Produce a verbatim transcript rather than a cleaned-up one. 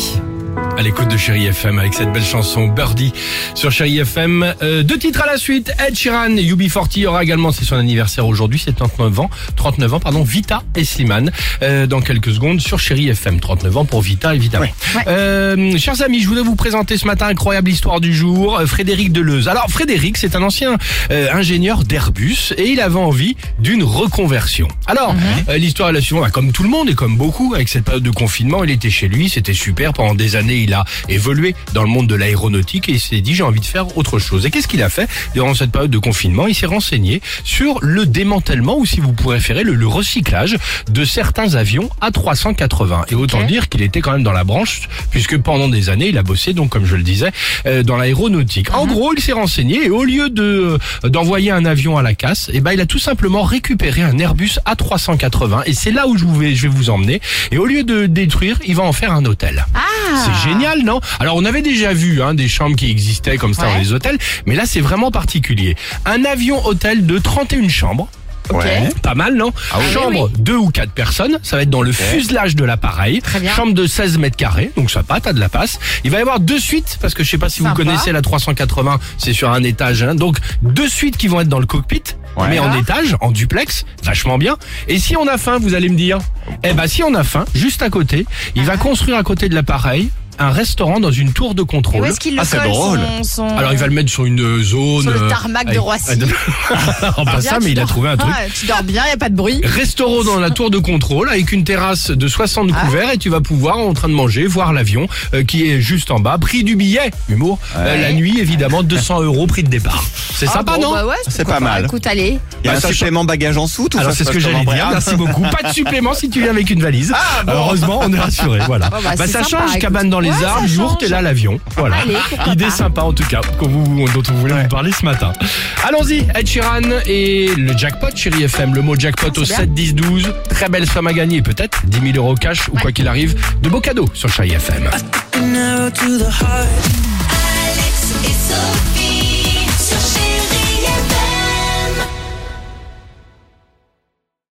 Birdie. À l'écoute de Chérie F M avec cette belle chanson Birdie sur Chérie F M. Euh, deux titres à la suite. Ed Sheeran, U B quarante aura également, c'est son anniversaire aujourd'hui, c'est trente-neuf ans, trente-neuf ans, pardon, Vita et Slimane. Euh, dans quelques secondes sur Chérie F M. trente-neuf ans pour Vita, évidemment. Ouais. Ouais. Euh, chers amis, je voulais vous présenter ce matin incroyable histoire du jour, euh, Frédéric Deleuze. Alors, Frédéric, c'est un ancien euh, ingénieur d'Airbus et il avait envie d'une reconversion. Alors, mm-hmm. euh, l'histoire est la suivante, comme tout le monde et comme beaucoup, avec cette période de confinement, il était chez lui, c'était super, pendant des années, il a évolué dans le monde de l'aéronautique et il s'est dit j'ai envie de faire autre chose. Et qu'est-ce qu'il a fait durant cette période de confinement? Il s'est renseigné sur le démantèlement ou si vous préférez le, le recyclage de certains avions A trois cent quatre-vingts. Et autant okay. dire qu'il était quand même dans la branche puisque pendant des années il a bossé donc comme je le disais euh, dans l'aéronautique. Mm-hmm. En gros il s'est renseigné et au lieu de euh, d'envoyer un avion à la casse, et eh ben il a tout simplement récupéré un Airbus A trois cent quatre-vingts et c'est là où je vais je vais vous emmener. Et au lieu de détruire, il va en faire un hôtel. Ah. C'est génial, non? Alors on avait déjà vu hein, des chambres qui existaient comme ça ouais. dans les hôtels, mais là c'est vraiment particulier. Un avion hôtel de trente et une chambres. Okay. Pas mal, non? Ah oui, Chambre, oui. deux ou quatre personnes, ça va être dans le okay. fuselage de l'appareil. Chambre de seize mètres carrés, donc ça pas, t'as de la place. Il va y avoir deux suites, parce que je sais pas si Sympa. vous connaissez la trois cent quatre-vingts, c'est sur un étage, hein, donc deux suites qui vont être dans le cockpit. Ouais. Mais en étage, en duplex, vachement bien. Et si on a faim, vous allez me dire, eh ben si on a faim, juste à côté, il ah. va construire à côté de l'appareil un restaurant dans une tour de contrôle. Et où est-ce qu'il le ah, c'est drôle. Son, son... Alors il va le mettre sur une zone... Sur le tarmac euh, de Roissy. Non, pas ça, mais il a trouvé un truc. Ah, tu dors bien, il n'y a pas de bruit. Restaurant dans la tour de contrôle avec une terrasse de soixante ah. couverts et tu vas pouvoir, en train de manger, voir l'avion euh, qui est juste en bas. Prix du billet, humour. Ouais. Euh, la nuit, évidemment, deux cents euros prix de départ. C'est ah, sympa, bon, non bah ouais, c'est pas mal. Écoute, allez. Il y a bah, un supplément bagage en soute ou Alors c'est ce que j'allais dire, merci beaucoup. Pas de supplément si tu viens avec une valise. Ah, bon. Heureusement, on est rassuré. Voilà. Oh, bah, bah, ça sympa, change, écoute. cabane dans les ouais, arbres, jour, t'es là l'avion. Voilà. Allez, idée pas. sympa en tout cas, que vous, dont on voulait ouais. vous parler ce matin. Allons-y, Ed Sheeran et le jackpot, Chérie F M. Le mot jackpot oh, au sept dix douze. Très belle somme à gagner, peut-être dix mille euros cash ouais. ou quoi qu'il arrive. De beaux cadeaux sur Chérie F M.